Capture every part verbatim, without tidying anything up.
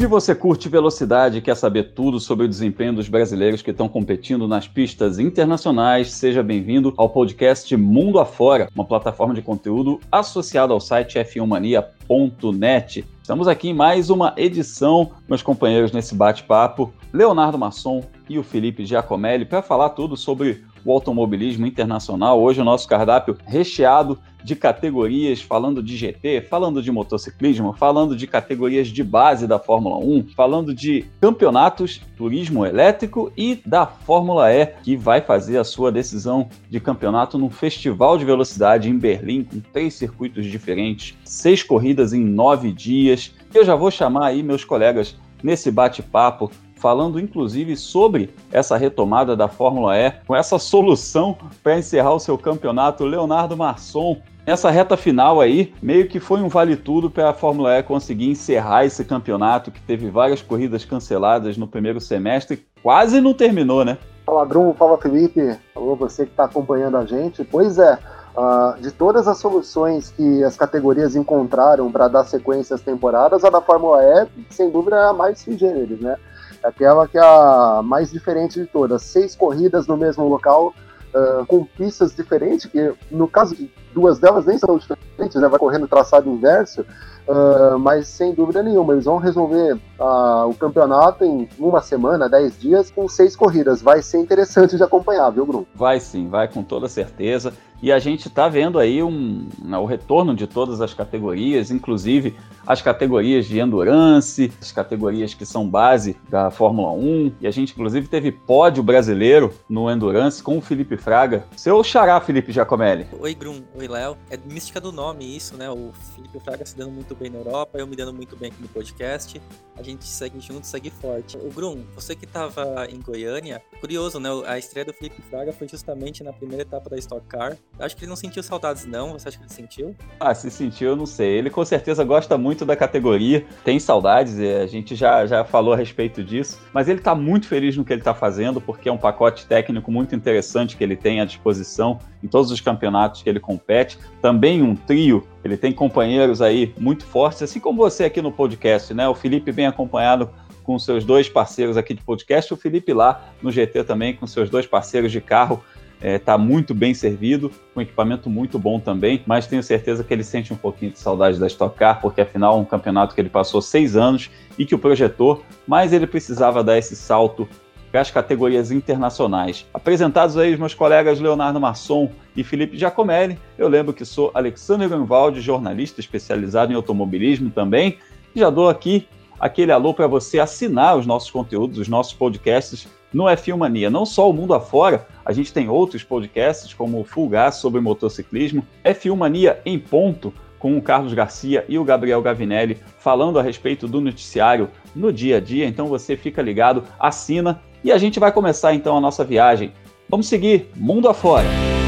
Se você curte velocidade e quer saber tudo sobre o desempenho dos brasileiros que estão competindo nas pistas internacionais, seja bem-vindo ao podcast Mundo Afora, uma plataforma de conteúdo associada ao site F um mania ponto net. Estamos aqui em mais uma edição, meus companheiros nesse bate-papo, Leonardo Masson e o Felipe Giacomelli, para falar tudo sobre o automobilismo internacional. Hoje o nosso cardápio recheado de categorias, falando de G T, falando de motociclismo, falando de categorias de base da Fórmula um, falando de campeonatos, turismo elétrico e da Fórmula E, que vai fazer a sua decisão de campeonato num festival de velocidade em Berlim, com três circuitos diferentes, seis corridas em nove dias. Eu já vou chamar aí meus colegas nesse bate-papo, falando inclusive sobre essa retomada da Fórmula E, com essa solução para encerrar o seu campeonato, Leonardo Masson. Nessa reta final aí, meio que foi um vale-tudo para a Fórmula E conseguir encerrar esse campeonato, que teve várias corridas canceladas no primeiro semestre, quase não terminou, né? Fala, Bruno, fala, Felipe, alô, você que está acompanhando a gente. Pois é, uh, de todas as soluções que as categorias encontraram para dar sequência às temporadas, a da Fórmula E, sem dúvida, é a mais sui generis, né? Aquela que é a mais diferente de todas. Seis corridas no mesmo local, uh, com pistas diferentes, que no caso de duas delas nem são diferentes, né? Vai correr no traçado inverso, uh, mas sem dúvida nenhuma, eles vão resolver uh, o campeonato em uma semana, dez dias, com seis corridas. Vai ser interessante de acompanhar, viu, Bruno? Vai sim, vai com toda certeza. E a gente está vendo aí um, o retorno de todas as categorias, inclusive as categorias de endurance, as categorias que são base da Fórmula um. E a gente, inclusive, teve pódio brasileiro no endurance com o Felipe Fraga. Seu xará, Felipe Giacomelli. Oi, Grum. Oi, Léo. É mística do nome isso, né? O Felipe Fraga se dando muito bem na Europa, eu me dando muito bem aqui no podcast. A gente segue junto, segue forte. O Grum, você que estava em Goiânia, curioso, né? A estreia do Felipe Fraga foi justamente na primeira etapa da Stock Car. Acho que ele não sentiu saudades, não. Você acha que ele sentiu? Ah, se sentiu, eu não sei. Ele com certeza gosta muito da categoria, tem saudades, a gente já, já falou a respeito disso, mas ele está muito feliz no que ele está fazendo, porque é um pacote técnico muito interessante que ele tem à disposição em todos os campeonatos que ele compete. Também um trio, ele tem companheiros aí muito fortes, assim como você aqui no podcast, né? O Felipe bem acompanhado com seus dois parceiros aqui de podcast, o Felipe lá no G T também com seus dois parceiros de carro. Está é, muito bem servido, com equipamento muito bom também, mas tenho certeza que ele sente um pouquinho de saudade da Stock Car, porque afinal é um campeonato que ele passou seis anos e que o projetou, mas ele precisava dar esse salto para as categorias internacionais. Apresentados aí os meus colegas Leonardo Masson e Felipe Giacomelli, eu lembro que sou Alexandre Grunwald, jornalista especializado em automobilismo também, e já dou aqui aquele alô para você assinar os nossos conteúdos, os nossos podcasts no F um Mania. Não só o Mundo Afora, a gente tem outros podcasts como o Full Gas sobre motociclismo, F um Mania em ponto, com o Carlos Garcia e o Gabriel Gavinelli falando a respeito do noticiário no dia a dia. Então você fica ligado, assina e a gente vai começar então a nossa viagem. Vamos seguir Mundo Afora.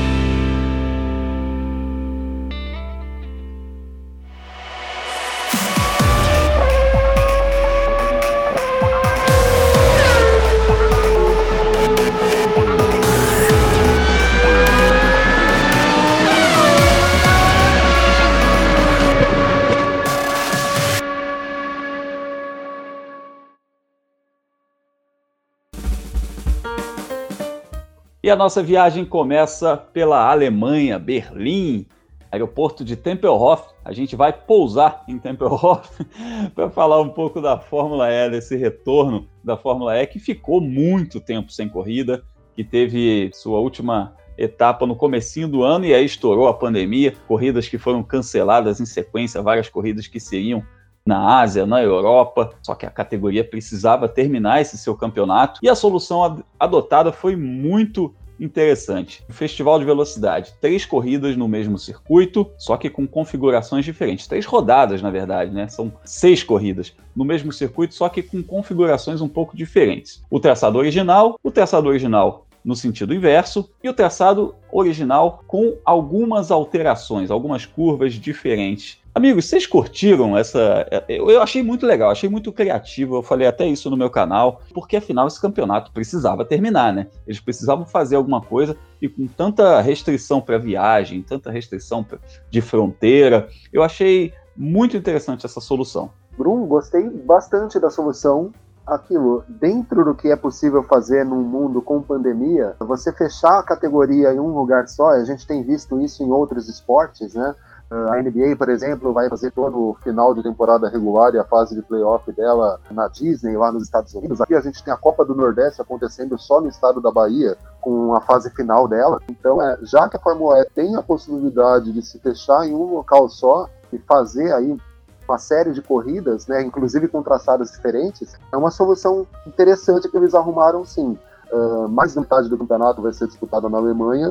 E a nossa viagem começa pela Alemanha, Berlim, aeroporto de Tempelhof. A gente vai pousar em Tempelhof para falar um pouco da Fórmula E, desse retorno da Fórmula E, que ficou muito tempo sem corrida, que teve sua última etapa no comecinho do ano e aí estourou a pandemia, corridas que foram canceladas em sequência, várias corridas que seriam na Ásia, na Europa, só que a categoria precisava terminar esse seu campeonato e a solução adotada foi muito interessante. O Festival de Velocidade, três corridas no mesmo circuito, só que com configurações diferentes. Três rodadas, na verdade, né? São seis corridas no mesmo circuito, só que com configurações um pouco diferentes. O traçado original, o traçado original no sentido inverso, e o traçado original com algumas alterações, algumas curvas diferentes. Amigos, vocês curtiram essa... Eu achei muito legal, achei muito criativo, eu falei até isso no meu canal, porque afinal esse campeonato precisava terminar, né? Eles precisavam fazer alguma coisa, e com tanta restrição para viagem, tanta restrição de fronteira, eu achei muito interessante essa solução. Brum, gostei bastante da solução. Aquilo, dentro do que é possível fazer num mundo com pandemia, você fechar a categoria em um lugar só, a gente tem visto isso em outros esportes, né? A N B A, por exemplo, vai fazer todo o final de temporada regular e a fase de playoff dela na Disney, lá nos Estados Unidos. Aqui a gente tem a Copa do Nordeste acontecendo só no estado da Bahia, com a fase final dela. Então, é, já que a Fórmula E tem a possibilidade de se fechar em um local só e fazer aí uma série de corridas, né, inclusive com traçados diferentes, é uma solução interessante que eles arrumaram, sim. Uh, mais da metade do campeonato vai ser disputado na Alemanha,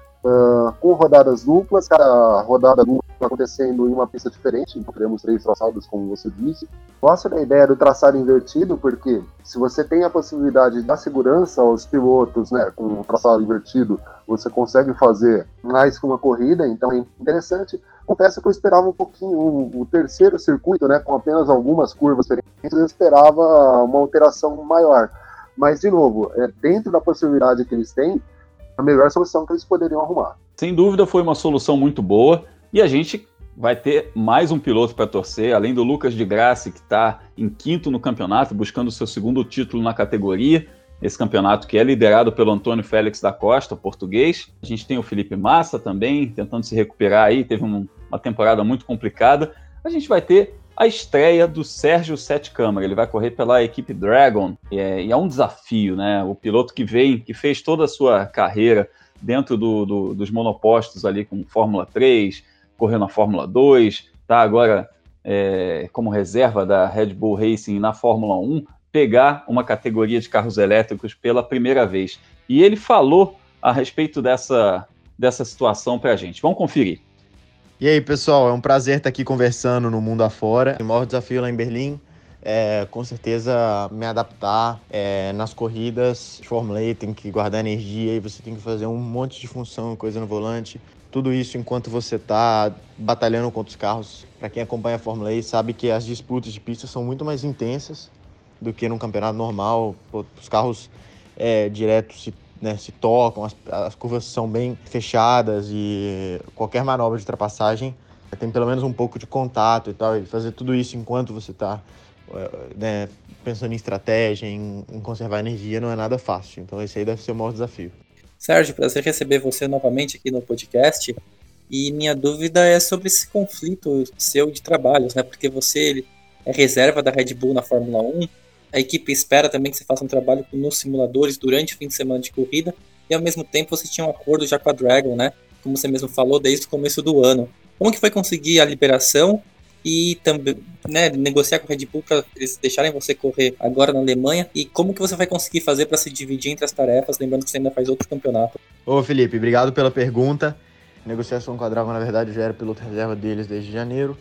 uh, com rodadas duplas, cada rodada dupla acontecendo em uma pista diferente, então teremos três traçados, como você disse. Gosto da ideia do traçado invertido, porque se você tem a possibilidade de dar segurança aos pilotos, né, com o traçado invertido, você consegue fazer mais que uma corrida, então é interessante. Confesso que eu esperava um pouquinho, o, o terceiro circuito, né, com apenas algumas curvas diferentes, eu esperava uma alteração maior. Mas, de novo, é, dentro da possibilidade que eles têm, a melhor solução que eles poderiam arrumar. Sem dúvida foi uma solução muito boa, e a gente vai ter mais um piloto para torcer, além do Lucas de Grassi, que está em quinto no campeonato, buscando o seu segundo título na categoria, esse campeonato que é liderado pelo Antônio Félix da Costa, português. A gente tem o Felipe Massa também, tentando se recuperar aí, teve um, uma temporada muito complicada. A gente vai ter a estreia do Sérgio Sete Câmara, ele vai correr pela equipe Dragon, e é, e é um desafio, né? O piloto que vem, que fez toda a sua carreira dentro do, do, dos monopostos ali com Fórmula três, correu na Fórmula dois, está agora é, como reserva da Red Bull Racing na Fórmula um, pegar uma categoria de carros elétricos pela primeira vez. E ele falou a respeito dessa, dessa situação para a gente. Vamos conferir. E aí, pessoal, é um prazer estar aqui conversando no mundo afora. O maior desafio lá em Berlim é, com certeza, me adaptar é, nas corridas de Fórmula E, tem que guardar energia e você tem que fazer um monte de função, coisa no volante. Tudo isso enquanto você está batalhando contra os carros. Para quem acompanha a Fórmula E sabe que as disputas de pista são muito mais intensas do que num campeonato normal. Os carros é, direto se, né, se tocam, as, as curvas são bem fechadas e qualquer manobra de ultrapassagem tem pelo menos um pouco de contato e tal. E fazer tudo isso enquanto você está né, pensando em estratégia, em, em conservar energia, não é nada fácil. Então esse aí deve ser o maior desafio. Sérgio, prazer receber você novamente aqui no podcast. E minha dúvida é sobre esse conflito seu de trabalhos, né? Porque você ele é reserva da Red Bull na Fórmula um, a equipe espera também que você faça um trabalho nos simuladores durante o fim de semana de corrida, e ao mesmo tempo você tinha um acordo já com a Dragon, né? Como você mesmo falou, desde o começo do ano. Como que foi conseguir a liberação e também né, negociar com a Red Bull para eles deixarem você correr agora na Alemanha? E como que você vai conseguir fazer para se dividir entre as tarefas, lembrando que você ainda faz outro campeonato? Ô Felipe, obrigado pela pergunta. Negociação com a Dragon, na verdade, eu já era piloto reserva deles desde janeiro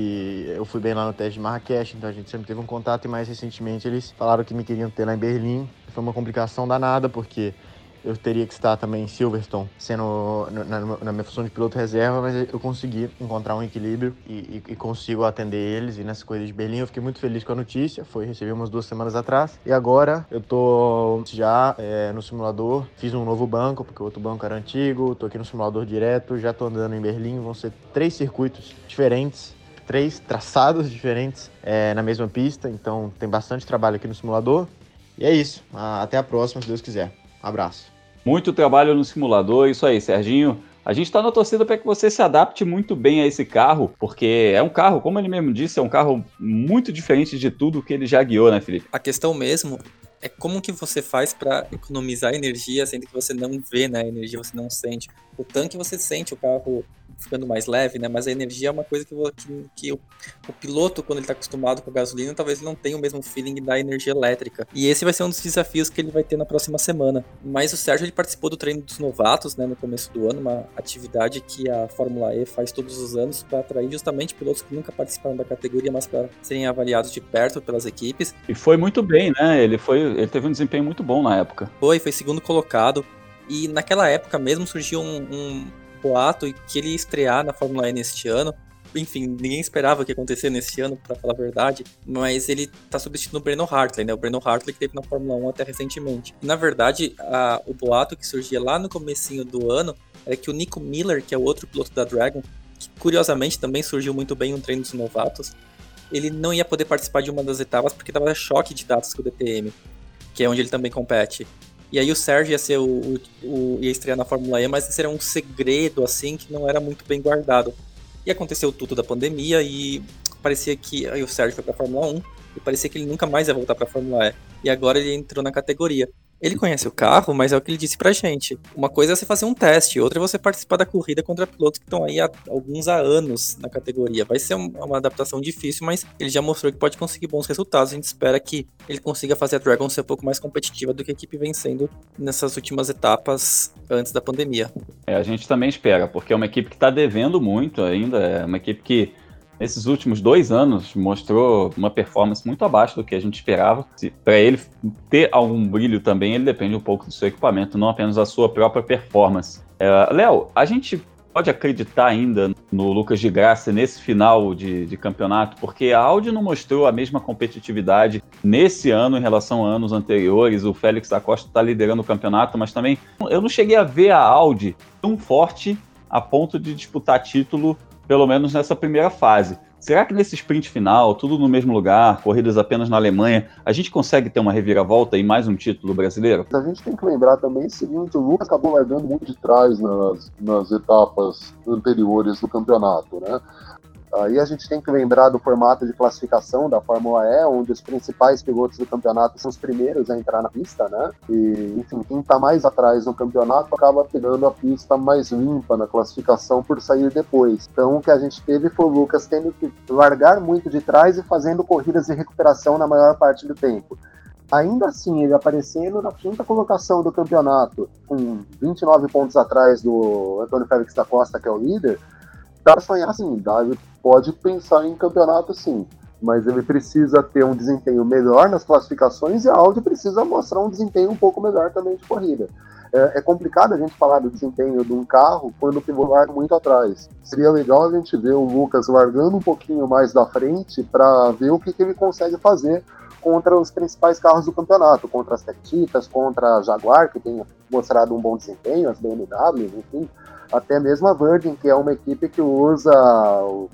e eu fui bem lá no teste de Marrakech, então a gente sempre teve um contato e mais recentemente eles falaram que me queriam ter lá em Berlim. Foi uma complicação danada porque eu teria que estar também em Silverstone, sendo na, na minha função de piloto reserva, mas eu consegui encontrar um equilíbrio e, e, e consigo atender eles. E nessa corrida de Berlim eu fiquei muito feliz com a notícia, foi recebi umas duas semanas atrás. E agora eu tô já é, no simulador, fiz um novo banco, porque o outro banco era antigo, tô aqui no simulador direto, já tô andando em Berlim, vão ser três circuitos diferentes, três traçados diferentes é, na mesma pista, então tem bastante trabalho aqui no simulador. E é isso, até a próxima, se Deus quiser. Um abraço. Muito trabalho no simulador, isso aí, Serginho. A gente está na torcida para que você se adapte muito bem a esse carro, porque é um carro, como ele mesmo disse, é um carro muito diferente de tudo que ele já guiou, né, Felipe? A questão mesmo é como que você faz para economizar energia, sendo que você não vê, né, a energia, você não sente. O tanque você sente o carro ficando mais leve, né, mas a energia é uma coisa que, que, que o, o piloto, quando ele está acostumado com a gasolina, talvez ele não tenha o mesmo feeling da energia elétrica. E esse vai ser um dos desafios que ele vai ter na próxima semana. Mas o Sérgio, ele participou do treino dos novatos, né, no começo do ano, uma atividade que a Fórmula E faz todos os anos para atrair justamente pilotos que nunca participaram da categoria, mas para serem avaliados de perto pelas equipes. E foi muito bem, né, ele, foi, ele teve um desempenho muito bom na época. Foi, foi segundo colocado. E naquela época mesmo surgiu um, um boato que ele ia estrear na Fórmula E neste ano. Enfim, ninguém esperava o que ia acontecer nesse ano, pra falar a verdade, mas ele tá substituindo o Brandon Hartley, né? O Brandon Hartley que teve na Fórmula um até recentemente. E, na verdade, a, o boato que surgia lá no comecinho do ano era que o Nico Miller, que é o outro piloto da Dragon, que curiosamente também surgiu muito bem em um treino dos novatos, ele não ia poder participar de uma das etapas porque tava choque de datas com o D T M, que é onde ele também compete. E aí o Sérgio ia ser o, o, o ia estrear na Fórmula E, mas isso era um segredo, assim, que não era muito bem guardado. E aconteceu tudo da pandemia e parecia que aí o Sérgio foi pra Fórmula um e parecia que ele nunca mais ia voltar pra Fórmula E. E agora ele entrou na categoria. Ele conhece o carro, mas é o que ele disse pra gente. Uma coisa é você fazer um teste, outra é você participar da corrida contra pilotos que estão aí há alguns há anos na categoria. Vai ser uma adaptação difícil, mas ele já mostrou que pode conseguir bons resultados. A gente espera que ele consiga fazer a Dragon ser um pouco mais competitiva do que a equipe vem sendo nessas últimas etapas antes da pandemia. É, a gente também espera, porque é uma equipe que está devendo muito ainda, é uma equipe que nesses últimos dois anos mostrou uma performance muito abaixo do que a gente esperava. Para ele ter algum brilho também, ele depende um pouco do seu equipamento, não apenas da sua própria performance. É, Léo, a gente pode acreditar ainda no Lucas de Grassi nesse final de, de campeonato, porque a Audi não mostrou a mesma competitividade nesse ano em relação a anos anteriores. O Félix da Costa está liderando o campeonato, mas também eu não cheguei a ver a Audi tão forte a ponto de disputar título, pelo menos nessa primeira fase. Será que nesse sprint final, tudo no mesmo lugar, corridas apenas na Alemanha, a gente consegue ter uma reviravolta e mais um título brasileiro? A gente tem que lembrar também o seguinte, o Lucas acabou largando muito de trás nas, nas etapas anteriores do campeonato, né? Aí a gente tem que lembrar do formato de classificação da Fórmula E, onde os principais pilotos do campeonato são os primeiros a entrar na pista, né? E, enfim, quem está mais atrás no campeonato acaba pegando a pista mais limpa na classificação por sair depois. Então, o que a gente teve foi o Lucas tendo que largar muito de trás e fazendo corridas de recuperação na maior parte do tempo. Ainda assim, ele aparecendo na quinta colocação do campeonato, com vinte e nove pontos atrás do Antônio Félix da Costa, que é o líder, dá para sonhar assim, dá, ele pode pensar em campeonato sim, mas ele precisa ter um desempenho melhor nas classificações e a Audi precisa mostrar um desempenho um pouco melhor também de corrida. É, é complicado a gente falar do desempenho de um carro quando o piloto larga muito atrás. Seria legal a gente ver o Lucas largando um pouquinho mais da frente para ver o que, que ele consegue fazer contra os principais carros do campeonato, contra as Tectitas, contra a Jaguar, que tem mostrado um bom desempenho, as B M W, enfim, até mesmo a Virgin, que é uma equipe que usa o,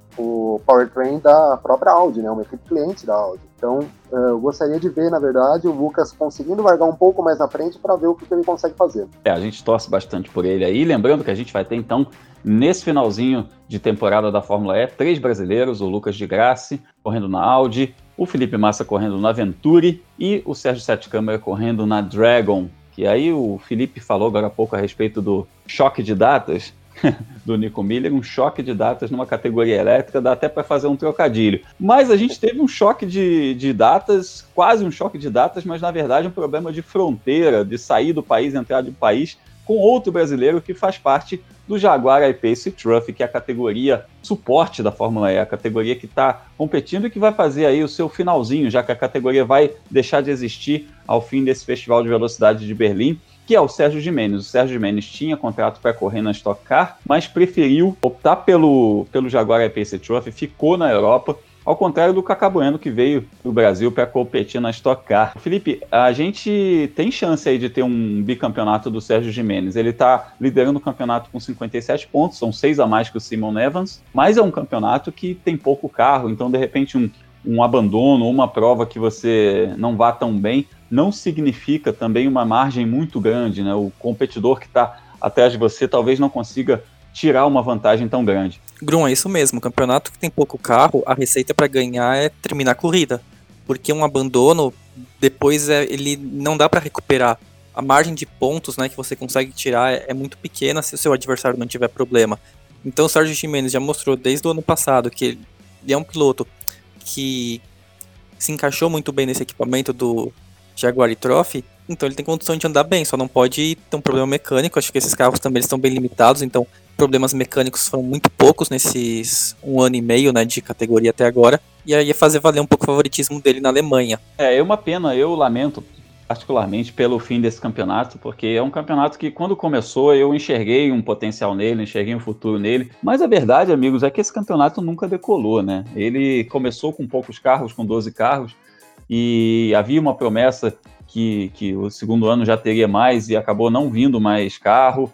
o powertrain da própria Audi, né, uma equipe cliente da Audi. Então, eu gostaria de ver, na verdade, o Lucas conseguindo largar um pouco mais na frente para ver o que ele consegue fazer. É, a gente torce bastante por ele aí, lembrando que a gente vai ter, então, nesse finalzinho de temporada da Fórmula E, três brasileiros, o Lucas de Grassi correndo na Audi, o Felipe Massa correndo na Venturi e o Sérgio Sete Câmara correndo na Dragon. Que aí o Felipe falou agora há pouco a respeito do choque de datas do Nico Miller, um choque de datas numa categoria elétrica, dá até para fazer um trocadilho. Mas a gente teve um choque de, de datas, quase um choque de datas, mas na verdade um problema de fronteira, de sair do país, entrar do país, com outro brasileiro que faz parte do Jaguar I-Pace Trophy, que é a categoria suporte da Fórmula E, a categoria que está competindo e que vai fazer aí o seu finalzinho, já que a categoria vai deixar de existir ao fim desse Festival de Velocidade de Berlim, que é o Sérgio Gimenez. O Sérgio Gimenez tinha contrato para correr na Stock Car, mas preferiu optar pelo, pelo Jaguar I-Pace Trophy, ficou na Europa, ao contrário do Cacá Bueno, que veio do Brasil para competir na Stock Car. Felipe, a gente tem chance aí de ter um bicampeonato do Sérgio Gimenez. Ele está liderando o campeonato com cinquenta e sete pontos, são seis a mais que o Simon Evans, mas é um campeonato que tem pouco carro, então de repente um, um abandono, uma prova que você não vá tão bem, não significa também uma margem muito grande, né? O competidor que está atrás de você talvez não consiga tirar uma vantagem tão grande. Grum, é isso mesmo, campeonato que tem pouco carro, a receita para ganhar é terminar a corrida, porque um abandono, depois é, ele não dá para recuperar. A margem de pontos, né, que você consegue tirar é, é muito pequena se o seu adversário não tiver problema. Então o Sérgio Gimenez já mostrou desde o ano passado que ele é um piloto que se encaixou muito bem nesse equipamento do Jaguar Trophy, então ele tem condição de andar bem, só não pode ter um problema mecânico. Acho que esses carros também estão bem limitados, então problemas mecânicos foram muito poucos nesses um ano e meio, né, de categoria até agora, e aí ia fazer valer um pouco o favoritismo dele na Alemanha. É, é uma pena, eu lamento particularmente pelo fim desse campeonato, porque é um campeonato que quando começou eu enxerguei um potencial nele, enxerguei um futuro nele, mas a verdade, amigos, é que esse campeonato nunca decolou, né? Ele começou com poucos carros, com doze carros, e havia uma promessa que, que o segundo ano já teria mais e acabou não vindo mais carro.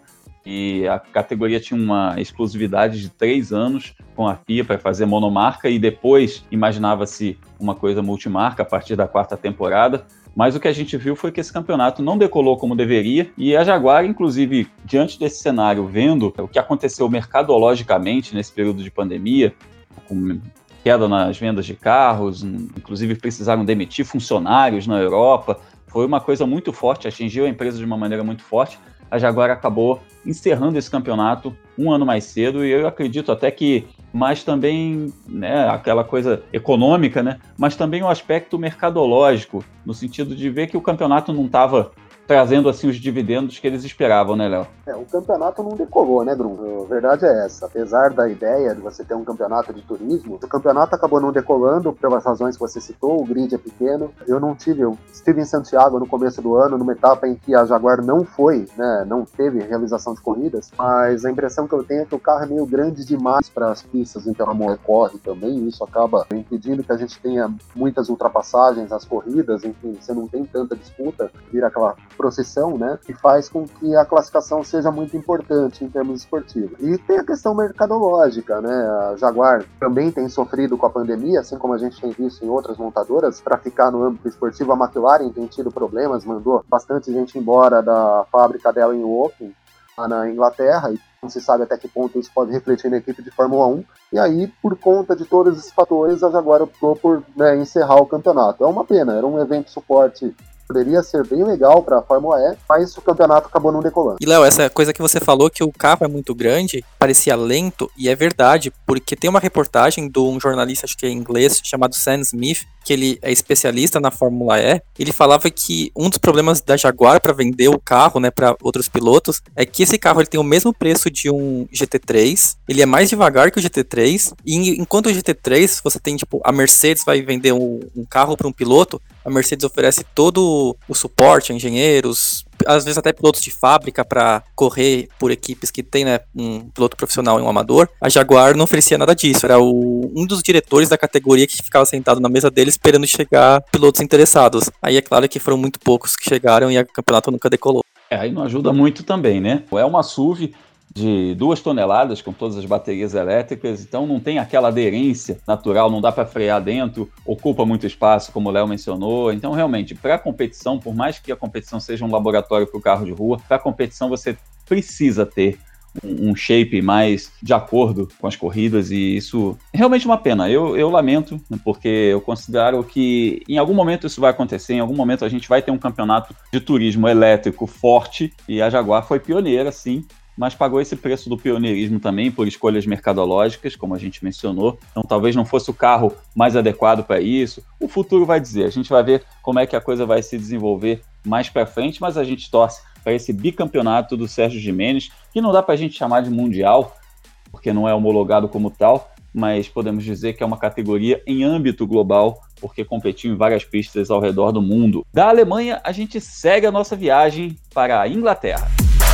e a categoria tinha uma exclusividade de três anos com a F I A para fazer monomarca, e depois imaginava-se uma coisa multimarca a partir da quarta temporada. Mas o que a gente viu foi que esse campeonato não decolou como deveria, e a Jaguar, inclusive, diante desse cenário, vendo o que aconteceu mercadologicamente nesse período de pandemia, com queda nas vendas de carros, inclusive precisaram demitir funcionários na Europa, foi uma coisa muito forte, atingiu a empresa de uma maneira muito forte. A Jaguar acabou encerrando esse campeonato um ano mais cedo, e eu acredito até que, mas também, né, aquela coisa econômica, né, mas também o aspecto mercadológico, no sentido de ver que o campeonato não estava trazendo assim os dividendos que eles esperavam, né, Léo? É, o campeonato não decolou, né, Bruno? A verdade é essa. Apesar da ideia de você ter um campeonato de turismo, o campeonato acabou não decolando pelas razões que você citou, o grid é pequeno. Eu não tive, eu estive em Santiago no começo do ano, numa etapa em que a Jaguar não foi, né, não teve realização de corridas, mas a impressão que eu tenho é que o carro é meio grande demais para as pistas em que ela corre também, e isso acaba impedindo que a gente tenha muitas ultrapassagens, as corridas, enfim, você não tem tanta disputa, vira aquela processão, né, que faz com que a classificação seja muito importante em termos esportivos. E tem a questão mercadológica, né, a Jaguar também tem sofrido com a pandemia, assim como a gente tem visto em outras montadoras, para ficar no âmbito esportivo. A McLaren tem tido problemas, mandou bastante gente embora da fábrica dela em Woking, lá na Inglaterra, e não se sabe até que ponto isso pode refletir na equipe de Fórmula um, e aí, por conta de todos esses fatores, a Jaguar optou por, né, encerrar o campeonato. É uma pena, era um evento suporte, poderia ser bem legal para a Fórmula E, mas o campeonato acabou não decolando. E, Léo, essa coisa que você falou, que o carro é muito grande, parecia lento, e é verdade, porque tem uma reportagem de um jornalista, acho que é inglês, chamado Sam Smith, que ele é especialista na Fórmula E. Ele falava que um dos problemas da Jaguar para vender o carro, né, para outros pilotos, é que esse carro ele tem o mesmo preço de um G T três, ele é mais devagar que o G T três, e enquanto o G T três, você tem, tipo, a Mercedes vai vender um, um carro para um piloto, a Mercedes oferece todo o suporte, engenheiros, às vezes até pilotos de fábrica para correr por equipes que tem, né, um piloto profissional e um amador. A Jaguar não oferecia nada disso, era o, um dos diretores da categoria que ficava sentado na mesa dele esperando chegar pilotos interessados. Aí é claro que foram muito poucos que chegaram e o campeonato nunca decolou. É, aí não ajuda muito também, né? É uma S U V de duas toneladas com todas as baterias elétricas, então não tem aquela aderência natural, não dá para frear dentro, ocupa muito espaço, como o Léo mencionou. Então, realmente, para a competição, por mais que a competição seja um laboratório para o carro de rua, para a competição você precisa ter um, um shape mais de acordo com as corridas, e isso é realmente uma pena. Eu, eu lamento, porque eu considero que em algum momento isso vai acontecer, em algum momento a gente vai ter um campeonato de turismo elétrico forte, e a Jaguar foi pioneira, sim, mas pagou esse preço do pioneirismo também por escolhas mercadológicas, como a gente mencionou. Então talvez não fosse o carro mais adequado para isso. O futuro vai dizer, a gente vai ver como é que a coisa vai se desenvolver mais para frente, mas a gente torce para esse bicampeonato do Sérgio Gimenez, que não dá para a gente chamar de mundial, porque não é homologado como tal, mas podemos dizer que é uma categoria em âmbito global, porque competiu em várias pistas ao redor do mundo. Da Alemanha, a gente segue a nossa viagem para a Inglaterra.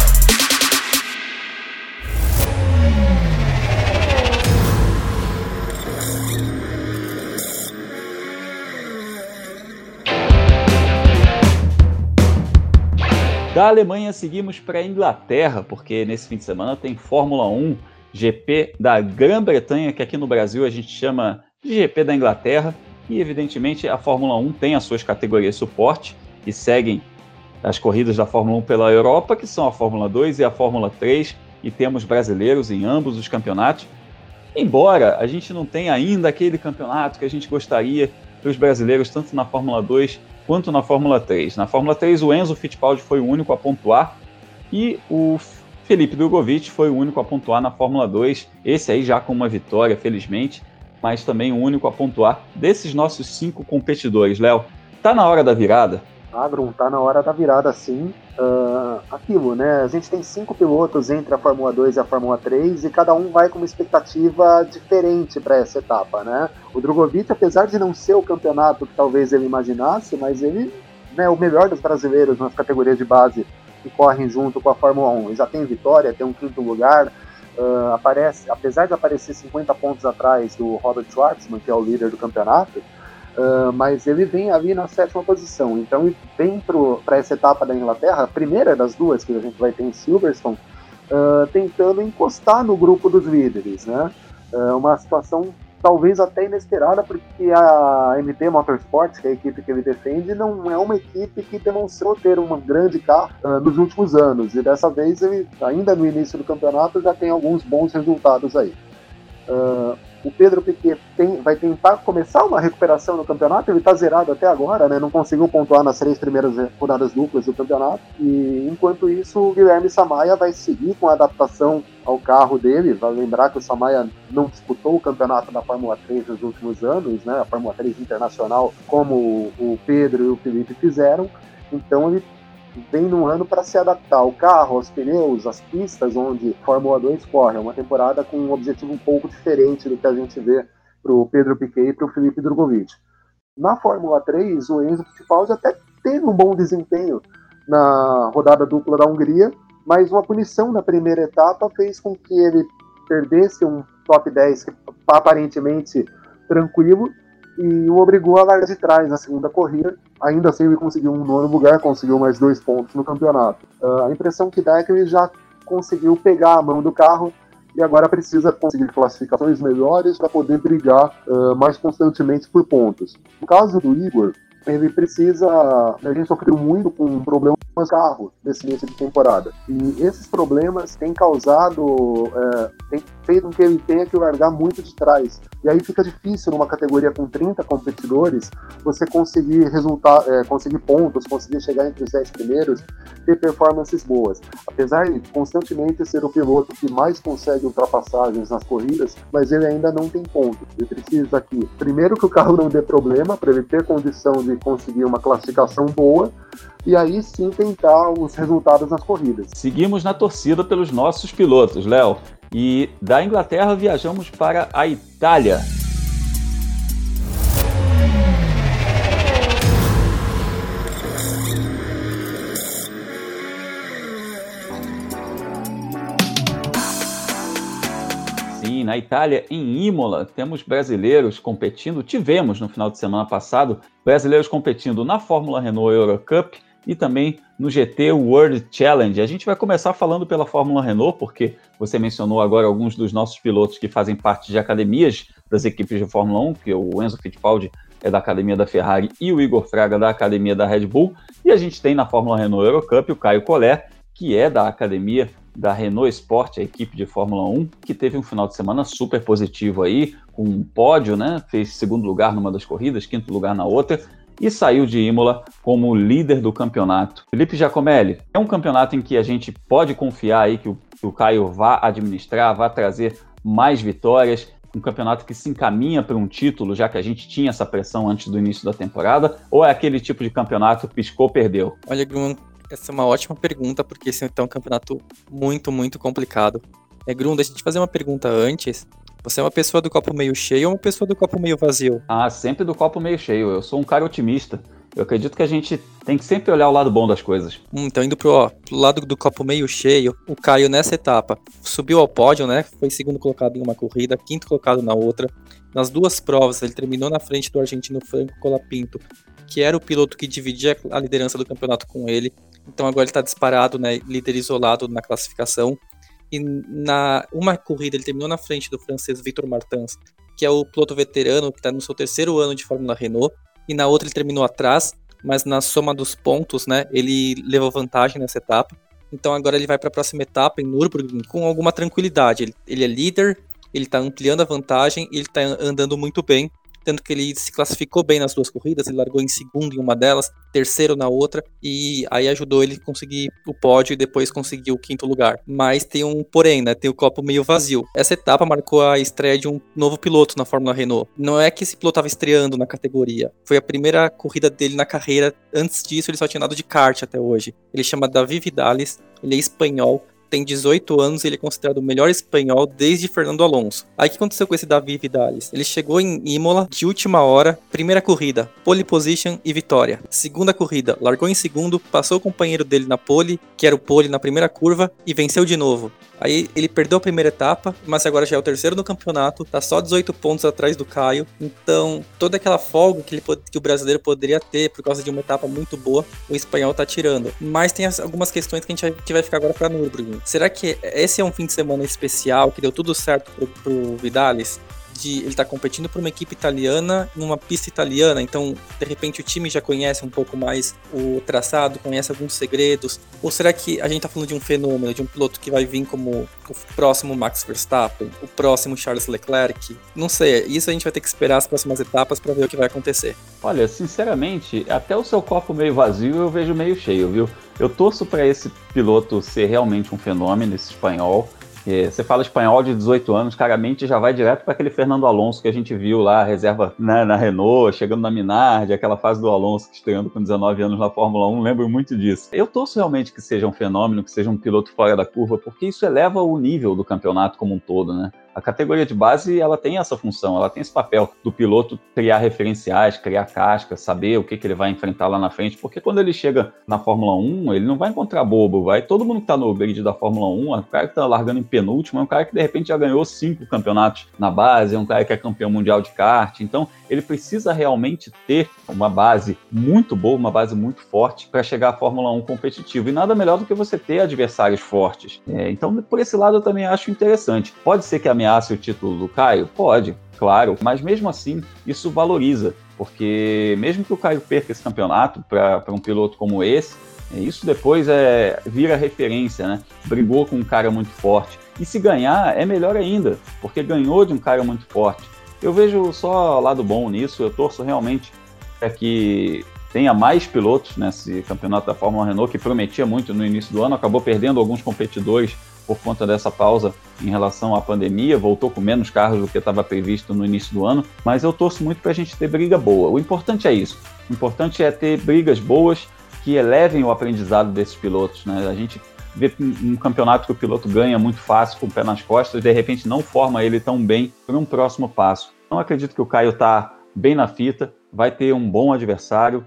Da Alemanha seguimos para a Inglaterra, porque nesse fim de semana tem Fórmula um, G P da Grã-Bretanha, que aqui no Brasil a gente chama de G P da Inglaterra, e evidentemente a Fórmula um tem as suas categorias de suporte, que seguem as corridas da Fórmula um pela Europa, que são a Fórmula dois e a Fórmula três, e temos brasileiros em ambos os campeonatos, embora a gente não tenha ainda aquele campeonato que a gente gostaria para os brasileiros, tanto na Fórmula dois quanto na Fórmula três. Na Fórmula três, o Enzo Fittipaldi foi o único a pontuar e o Felipe Drugovich foi o único a pontuar na Fórmula dois. Esse aí já com uma vitória, felizmente, mas também o único a pontuar desses nossos cinco competidores. Léo, tá na hora da virada? Ah, Bruno, tá na hora da virada, sim. Uh, aquilo, né? A gente tem cinco pilotos entre a Fórmula dois e a Fórmula três e cada um vai com uma expectativa diferente para essa etapa, né? O Drugovich, apesar de não ser o campeonato que talvez ele imaginasse, mas ele é, né, o melhor dos brasileiros nas categorias de base que correm junto com a Fórmula um. Ele já tem vitória, tem um quinto lugar, uh, aparece, apesar de aparecer cinquenta pontos atrás do Robert Schwartzman, que é o líder do campeonato, Uh, mas ele vem ali na sétima posição, então vem para essa etapa da Inglaterra, a primeira das duas que a gente vai ter em Silverstone, uh, tentando encostar no grupo dos líderes, né? Uh, uma situação talvez até inesperada, porque a M T Motorsport, que é a equipe que ele defende, não é uma equipe que demonstrou ter um grande carro uh, nos últimos anos, e dessa vez ele, ainda no início do campeonato, já tem alguns bons resultados aí. Uh, o Pedro Piquet tem, vai tentar começar uma recuperação no campeonato, ele está zerado até agora, né? Não conseguiu pontuar nas três primeiras rodadas duplas do campeonato, e enquanto isso o Guilherme Samaia vai seguir com a adaptação ao carro dele. Vai lembrar que o Samaia não disputou o campeonato da Fórmula três nos últimos anos, né? A Fórmula três internacional, como o Pedro e o Felipe fizeram, então ele vem num ano para se adaptar ao carro, aos pneus, às pistas onde Fórmula dois corre. É uma temporada com um objetivo um pouco diferente do que a gente vê para o Pedro Piquet e para o Felipe Drugovich. Na Fórmula três, o Enzo Fittipaldi até teve um bom desempenho na rodada dupla da Hungria, mas uma punição na primeira etapa fez com que ele perdesse um top dez que, aparentemente tranquilo, e o obrigou a largar de trás na segunda corrida. Ainda assim ele conseguiu um nono lugar, conseguiu mais dois pontos no campeonato. Uh, a impressão que dá é que ele já conseguiu pegar a mão do carro e agora precisa conseguir classificações melhores para poder brigar uh, mais constantemente por pontos. No caso do Igor, ele precisa... A gente sofreu muito com um problema no carro nesse início de temporada. E esses problemas têm causado... É, têm feito com que ele tenha que largar muito de trás. E aí fica difícil numa categoria com trinta competidores você conseguir resultar, é, conseguir pontos, conseguir chegar entre os dez primeiros, ter performances boas. Apesar de constantemente ser o piloto que mais consegue ultrapassagens nas corridas, mas ele ainda não tem pontos. Ele precisa aqui, primeiro, que o carro não dê problema, para ele ter condição de conseguir uma classificação boa, e aí sim tentar os resultados nas corridas. Seguimos na torcida pelos nossos pilotos, Léo. E da Inglaterra viajamos para a Itália. Sim, na Itália, em Imola, temos brasileiros competindo. Tivemos no final de semana passado brasileiros competindo na Fórmula Renault Euro Cup e também no G T World Challenge. A gente vai começar falando pela Fórmula Renault, porque você mencionou agora alguns dos nossos pilotos que fazem parte de academias das equipes de Fórmula um, que o Enzo Fittipaldi é da academia da Ferrari e o Igor Fraga da academia da Red Bull. E a gente tem na Fórmula Renault Euro Cup o Caio Collet, que é da academia da Renault Sport, a equipe de Fórmula um, que teve um final de semana super positivo aí, com um pódio, né? Fez segundo lugar numa das corridas, quinto lugar na outra, e saiu de Imola como líder do campeonato. Felipe Giacomelli, é um campeonato em que a gente pode confiar aí que o, que o Caio vá administrar, vá trazer mais vitórias, um campeonato que se encaminha para um título, já que a gente tinha essa pressão antes do início da temporada, ou é aquele tipo de campeonato piscou, perdeu? Olha, Grum, essa é uma ótima pergunta, porque esse é um campeonato muito, muito complicado. É, Grum, deixa eu te fazer uma pergunta antes. Você é uma pessoa do copo meio cheio ou uma pessoa do copo meio vazio? Ah, sempre do copo meio cheio. Eu sou um cara otimista. Eu acredito que a gente tem que sempre olhar o lado bom das coisas. Hum, então, indo pro, ó, pro lado do copo meio cheio, o Caio, nessa etapa, subiu ao pódio, né? Foi segundo colocado em uma corrida, quinto colocado na outra. Nas duas provas, ele terminou na frente do argentino Franco Colapinto, que era o piloto que dividia a liderança do campeonato com ele. Então, agora ele está disparado, né? Líder isolado na classificação. E na uma corrida ele terminou na frente do francês Victor Martins, que é o piloto veterano que está no seu terceiro ano de Fórmula Renault, e na outra ele terminou atrás, mas na soma dos pontos, né, ele levou vantagem nessa etapa. Então agora ele vai para a próxima etapa em Nürburgring com alguma tranquilidade. Ele, ele é líder, ele está ampliando a vantagem e ele está andando muito bem, tanto que ele se classificou bem nas duas corridas. Ele largou em segundo em uma delas, terceiro na outra, e aí ajudou ele a conseguir o pódio e depois conseguir o quinto lugar. Mas tem um porém, né? Tem o copo meio vazio. Essa etapa marcou a estreia de um novo piloto na Fórmula Renault. Não é que esse piloto estava estreando na categoria, foi a primeira corrida dele na carreira. Antes disso ele só tinha andado de kart até hoje. Ele chama David Vidales, ele é espanhol, tem dezoito anos e ele é considerado o melhor espanhol desde Fernando Alonso. Aí o que aconteceu com esse David Vidales? Ele chegou em Imola de última hora, primeira corrida, pole position e vitória. Segunda corrida, largou em segundo, passou o companheiro dele na pole, que era o pole na primeira curva, e venceu de novo. Aí ele perdeu a primeira etapa, mas agora já é o terceiro no campeonato, tá só dezoito pontos atrás do Caio. Então, toda aquela folga que, ele, que o brasileiro poderia ter por causa de uma etapa muito boa, o espanhol tá tirando. Mas tem as, algumas questões que a gente vai, que vai ficar agora pra Nürburgring. Será que esse é um fim de semana especial, que deu tudo certo pro, pro Vidalis? De ele tá competindo por uma equipe italiana em uma pista italiana, então de repente o time já conhece um pouco mais o traçado, conhece alguns segredos, ou será que a gente tá falando de um fenômeno, de um piloto que vai vir como o próximo Max Verstappen, o próximo Charles Leclerc? Não sei, isso a gente vai ter que esperar as próximas etapas para ver o que vai acontecer. Olha, sinceramente, até o seu copo meio vazio eu vejo meio cheio, viu? Eu torço para esse piloto ser realmente um fenômeno, esse espanhol. Você fala espanhol de dezoito anos, cara, a mente já vai direto para aquele Fernando Alonso que a gente viu lá, reserva na, na Renault, chegando na Minardi, aquela fase do Alonso estreando com dezenove anos na Fórmula um, lembro muito disso. Eu torço realmente que seja um fenômeno, que seja um piloto fora da curva, porque isso eleva o nível do campeonato como um todo, né? A categoria de base, ela tem essa função, ela tem esse papel do piloto criar referenciais, criar casca, saber o que, que ele vai enfrentar lá na frente, porque quando ele chega na Fórmula um, ele não vai encontrar bobo, vai todo mundo que está no grid da Fórmula um, o cara que está largando em penúltimo, é um cara que de repente já ganhou cinco campeonatos na base, é um cara que é campeão mundial de kart, então ele precisa realmente ter uma base muito boa, uma base muito forte para chegar à Fórmula um competitiva, e nada melhor do que você ter adversários fortes. É, então, por esse lado eu também acho interessante. Pode ser que ameace o título do Caio? Pode, claro, mas mesmo assim isso valoriza, porque mesmo que o Caio perca esse campeonato para um piloto como esse, isso depois é, vira referência, né? Brigou com um cara muito forte, e se ganhar é melhor ainda, porque ganhou de um cara muito forte. Eu vejo só lado bom nisso, eu torço realmente para que tenha mais pilotos nesse campeonato da Fórmula Renault, que prometia muito no início do ano, acabou perdendo alguns competidores por conta dessa pausa em relação à pandemia, voltou com menos carros do que estava previsto no início do ano, mas eu torço muito para a gente ter briga boa. O importante é isso, o importante é ter brigas boas que elevem o aprendizado desses pilotos, né? A gente vê um campeonato que o piloto ganha muito fácil, com o pé nas costas, e de repente não forma ele tão bem para um próximo passo. Então acredito que o Caio está bem na fita, vai ter um bom adversário,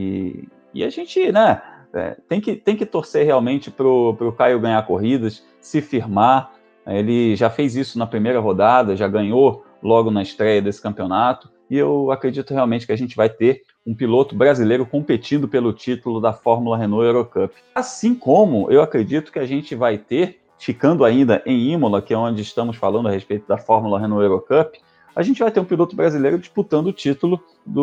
e, e a gente, né, é, tem, que, tem que torcer realmente para o Caio ganhar corridas, se firmar. Ele já fez isso na primeira rodada, já ganhou logo na estreia desse campeonato, e eu acredito realmente que a gente vai ter um piloto brasileiro competindo pelo título da Fórmula Renault Eurocup. Assim como eu acredito que a gente vai ter, ficando ainda em Imola, que é onde estamos falando a respeito da Fórmula Renault Eurocup, a gente vai ter um piloto brasileiro disputando o título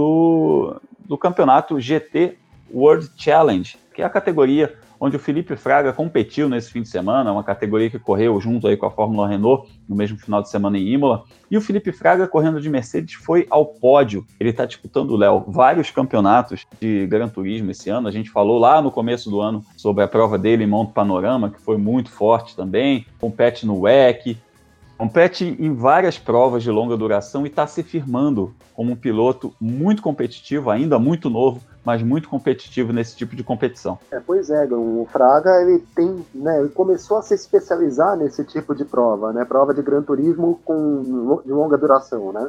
do, do campeonato G T World Challenge, que é a categoria onde o Felipe Fraga competiu nesse fim de semana, uma categoria que correu junto aí com a Fórmula Renault no mesmo final de semana em Imola, e o Felipe Fraga, correndo de Mercedes, foi ao pódio. Ele está disputando, Léo, vários campeonatos de Gran Turismo esse ano. A gente falou lá no começo do ano sobre a prova dele em Monte Panorama, que foi muito forte também, compete no W E C, compete em várias provas de longa duração e está se firmando como um piloto muito competitivo, ainda muito novo, mas muito competitivo nesse tipo de competição. É, pois é, o Fraga ele tem, né, ele começou a se especializar nesse tipo de prova, né, prova de Gran Turismo com, de longa duração, né,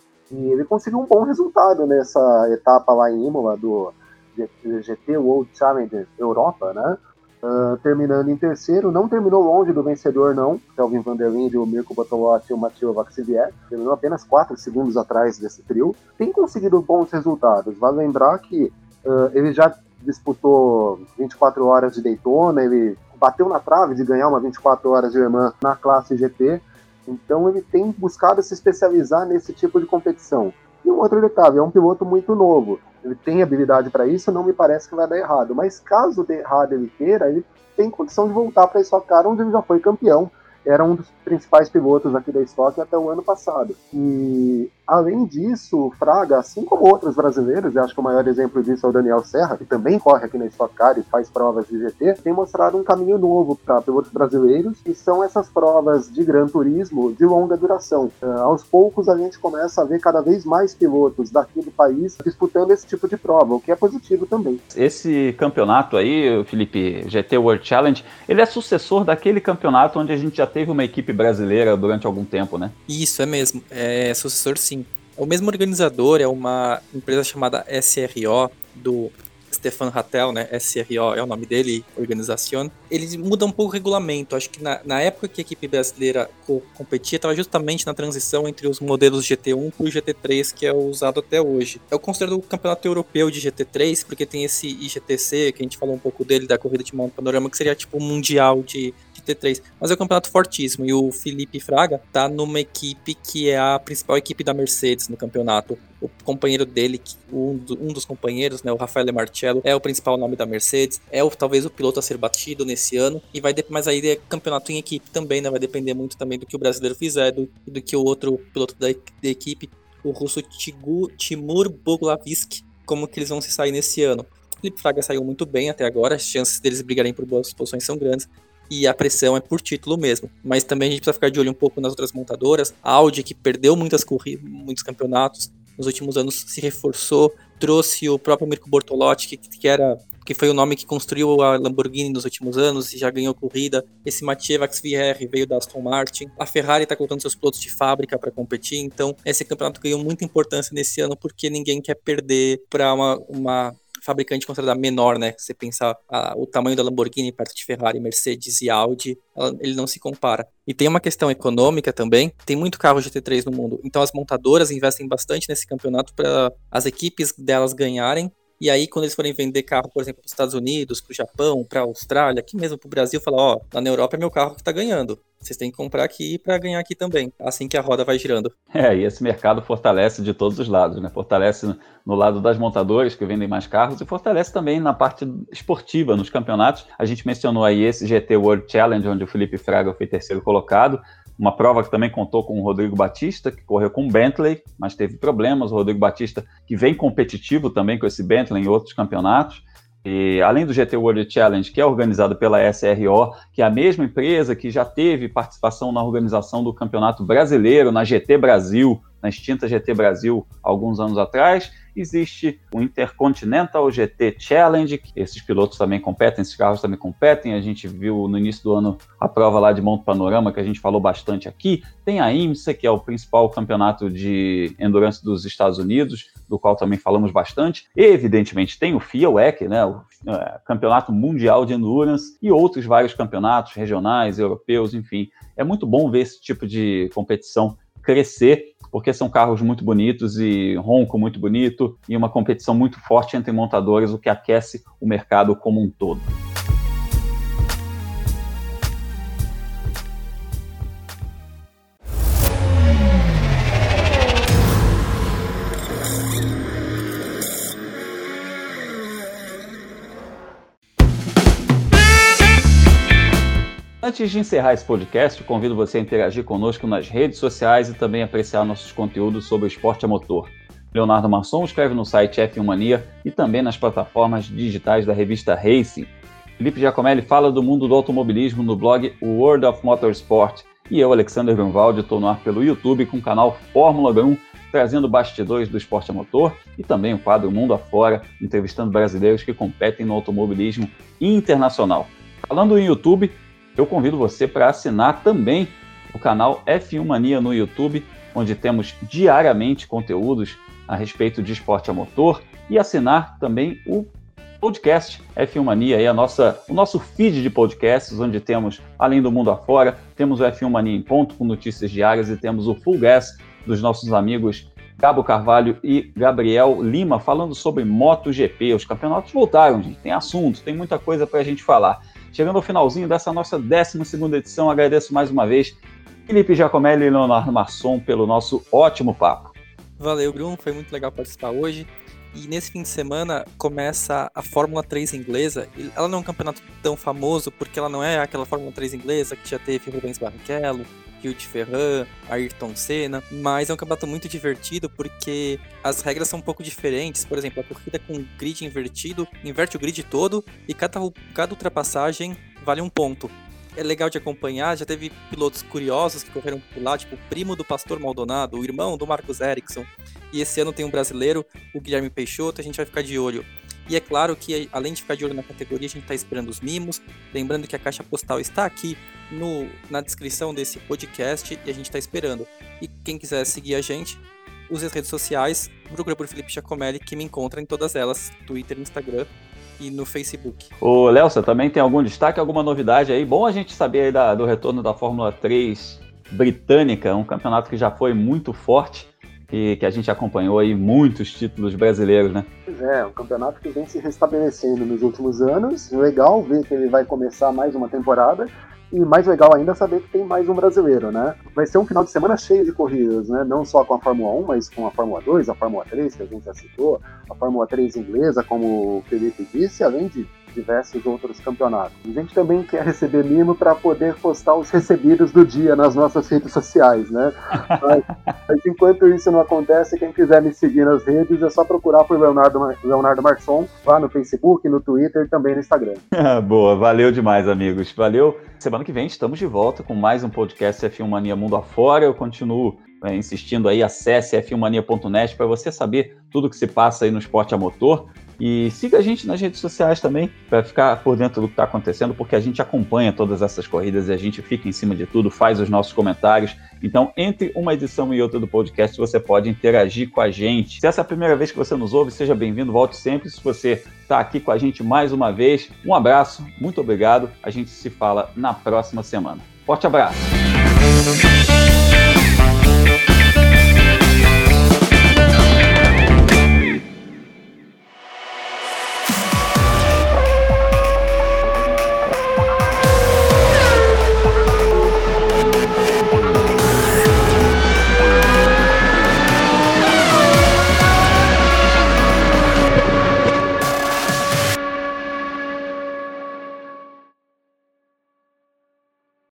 e ele conseguiu um bom resultado nessa etapa lá em Imola do G T World Challenge Europa, né, uh, terminando em terceiro, não terminou longe do vencedor não, Kelvin Van der Linde, o Mirko Bortolotti e o Matteo Vaxivier, terminou apenas quatro segundos atrás desse trio, tem conseguido bons resultados. Vale lembrar que Uh, ele já disputou vinte e quatro horas de Daytona, ele bateu na trave de ganhar uma vinte e quatro horas de Le Mans na classe G T, então ele tem buscado se especializar nesse tipo de competição. E um outro detalhe, é um piloto muito novo, ele tem habilidade para isso, não me parece que vai dar errado, mas caso dê errado ele queira, ele tem condição de voltar para a Stock Car, onde ele já foi campeão, era um dos principais pilotos aqui da Stock até o ano passado. E, além disso, o Fraga, assim como outros brasileiros, eu acho que o maior exemplo disso é o Daniel Serra, que também corre aqui na Stock Car e faz provas de G T, tem mostrado um caminho novo para pilotos brasileiros, que são essas provas de Gran Turismo de longa duração. Uh, aos poucos, a gente começa a ver cada vez mais pilotos daqui do país disputando esse tipo de prova, o que é positivo também. Esse campeonato aí, Felipe, G T World Challenge, ele é sucessor daquele campeonato onde a gente já teve uma equipe brasileira durante algum tempo, né? Isso, é mesmo. É sucessor, sim. É o mesmo organizador, é uma empresa chamada S R O, do Stefan Rattel, né, S R O é o nome dele, organização, ele muda um pouco o regulamento. Acho que na, na época que a equipe brasileira co- competia, estava justamente na transição entre os modelos G T um e o G T três, que é usado até hoje. Eu considero o campeonato europeu de G T três, porque tem esse I G T C, que a gente falou um pouco dele, da corrida de Monte Panorama, que seria tipo o mundial de G T três, mas é um campeonato fortíssimo, e o Felipe Fraga tá numa equipe que é a principal equipe da Mercedes no campeonato. O companheiro dele, um, do, um dos companheiros, né, o Raffaele Marcello, é o principal nome da Mercedes, é o, talvez o piloto a ser batido nesse ano, e vai de, mas aí é campeonato em equipe também, né, vai depender muito também do que o brasileiro fizer, do, do que o outro piloto da, da equipe, o russo Tigu, Timur Boglavisk, como que eles vão se sair nesse ano. O Felipe Fraga saiu muito bem até agora, as chances deles brigarem por boas posições são grandes, e a pressão é por título mesmo. Mas também a gente precisa ficar de olho um pouco nas outras montadoras. A Audi, que perdeu muitas corridas, muitos campeonatos, nos últimos anos se reforçou, trouxe o próprio Mirko Bortolotti, que, que, era, que foi o nome que construiu a Lamborghini nos últimos anos e já ganhou corrida. Esse Mathieu Vaxvier veio da Aston Martin. A Ferrari está colocando seus pilotos de fábrica para competir, então esse campeonato ganhou muita importância nesse ano porque ninguém quer perder para uma... uma fabricante considerada menor, né? Se você pensar ah, o tamanho da Lamborghini perto de Ferrari, Mercedes e Audi, ela, ele não se compara. E tem uma questão econômica também, tem muito carro G T três no mundo, então as montadoras investem bastante nesse campeonato para as equipes delas ganharem, e aí quando eles forem vender carro, por exemplo, para os Estados Unidos, para o Japão, para a Austrália, aqui mesmo para o Brasil, falar, ó, lá na Europa é meu carro que está ganhando. Vocês têm que comprar aqui para ganhar aqui também, assim que a roda vai girando. É, e esse mercado fortalece de todos os lados, né? Fortalece no lado das montadoras, que vendem mais carros, e fortalece também na parte esportiva, nos campeonatos. A gente mencionou aí esse G T World Challenge, onde o Felipe Fraga foi terceiro colocado, uma prova que também contou com o Rodrigo Batista, que correu com o Bentley, mas teve problemas. O Rodrigo Batista, que vem competitivo também com esse Bentley em outros campeonatos. E, além do G T World Challenge, que é organizado pela S R O, que é a mesma empresa que já teve participação na organização do Campeonato Brasileiro, na G T Brasil, na extinta G T Brasil, alguns anos atrás, existe o Intercontinental G T Challenge, que esses pilotos também competem, esses carros também competem. A gente viu no início do ano a prova lá de Monte Panorama, que a gente falou bastante aqui. Tem a IMSA, que é o principal campeonato de endurance dos Estados Unidos, do qual também falamos bastante. E, evidentemente, tem o F I A W E C, né, o é, Campeonato Mundial de Endurance, e outros vários campeonatos regionais, europeus, enfim. É muito bom ver esse tipo de competição crescer, porque são carros muito bonitos e ronco muito bonito, e uma competição muito forte entre montadores, o que aquece o mercado como um todo. Antes de encerrar esse podcast, convido você a interagir conosco nas redes sociais e também apreciar nossos conteúdos sobre o esporte a motor. Leonardo Masson escreve no site F um Mania e também nas plataformas digitais da revista Racing. Felipe Giacomelli fala do mundo do automobilismo no blog World of Motorsport. E eu, Alexander Grunwald, estou no ar pelo YouTube com o canal Fórmula um, trazendo bastidores do esporte a motor e também o quadro Mundo Afora, entrevistando brasileiros que competem no automobilismo internacional. Falando em YouTube, eu convido você para assinar também o canal F um Mania no YouTube, onde temos diariamente conteúdos a respeito de esporte a motor, e assinar também o podcast F um Mania, aí a nossa, o nosso feed de podcasts, onde temos, além do Mundo Afora, temos o F um Mania em ponto com notícias diárias e temos o Full Gas dos nossos amigos Gabo Carvalho e Gabriel Lima, falando sobre MotoGP. Os campeonatos voltaram, gente, tem assunto, tem muita coisa para a gente falar. Chegando ao finalzinho dessa nossa décima segunda edição, agradeço mais uma vez Felipe Giacomelli e Leonardo Masson pelo nosso ótimo papo. Valeu, Bruno, foi muito legal participar hoje. E nesse fim de semana começa a Fórmula três inglesa. Ela não é um campeonato tão famoso porque ela não é aquela Fórmula três inglesa que já teve Rubens Barrichello, Hugh Ferran, Ayrton Senna, mas é um campeonato muito divertido porque as regras são um pouco diferentes. Por exemplo, a corrida com grid invertido inverte o grid todo e cada, cada ultrapassagem vale um ponto. É legal de acompanhar, já teve pilotos curiosos que correram por lá, tipo o primo do Pastor Maldonado, o irmão do Marcus Ericsson, e esse ano tem um brasileiro, o Guilherme Peixoto, a gente vai ficar de olho. E é claro que, além de ficar de olho na categoria, a gente está esperando os mimos, lembrando que a caixa postal está aqui no, na descrição desse podcast e a gente está esperando. E quem quiser seguir a gente, use as redes sociais, procura por Felipe Giacomelli, que me encontra em todas elas, Twitter, Instagram e no Facebook. Ô, Léo, você também tem algum destaque, alguma novidade aí? Bom a gente saber aí da, do retorno da Fórmula três britânica, um campeonato que já foi muito forte e que a gente acompanhou aí muitos títulos brasileiros, né? Pois é, um campeonato que vem se restabelecendo nos últimos anos. Legal ver que ele vai começar mais uma temporada. E mais legal ainda saber que tem mais um brasileiro, né? Vai ser um final de semana cheio de corridas, né? Não só com a Fórmula um, mas com a Fórmula dois, a Fórmula três, que a gente já citou, a Fórmula três inglesa, como o Felipe disse, além de diversos outros campeonatos. A gente também quer receber mimo para poder postar os recebidos do dia nas nossas redes sociais, né? Mas, mas enquanto isso não acontece, quem quiser me seguir nas redes é só procurar por Leonardo, Mar- Leonardo Marçom, lá no Facebook, no Twitter e também no Instagram. Boa, valeu demais, amigos. Valeu. Semana que vem estamos de volta com mais um podcast F um Mania Mundo Afora. Eu continuo é, insistindo aí, acesse f um mania ponto net para você saber tudo que se passa aí no esporte a motor. E siga a gente nas redes sociais também, para ficar por dentro do que está acontecendo, porque a gente acompanha todas essas corridas e a gente fica em cima de tudo, faz os nossos comentários. Então, entre uma edição e outra do podcast, você pode interagir com a gente. Se essa é a primeira vez que você nos ouve, seja bem-vindo, volte sempre. Se você está aqui com a gente mais uma vez, um abraço, muito obrigado. A gente se fala na próxima semana. Forte abraço!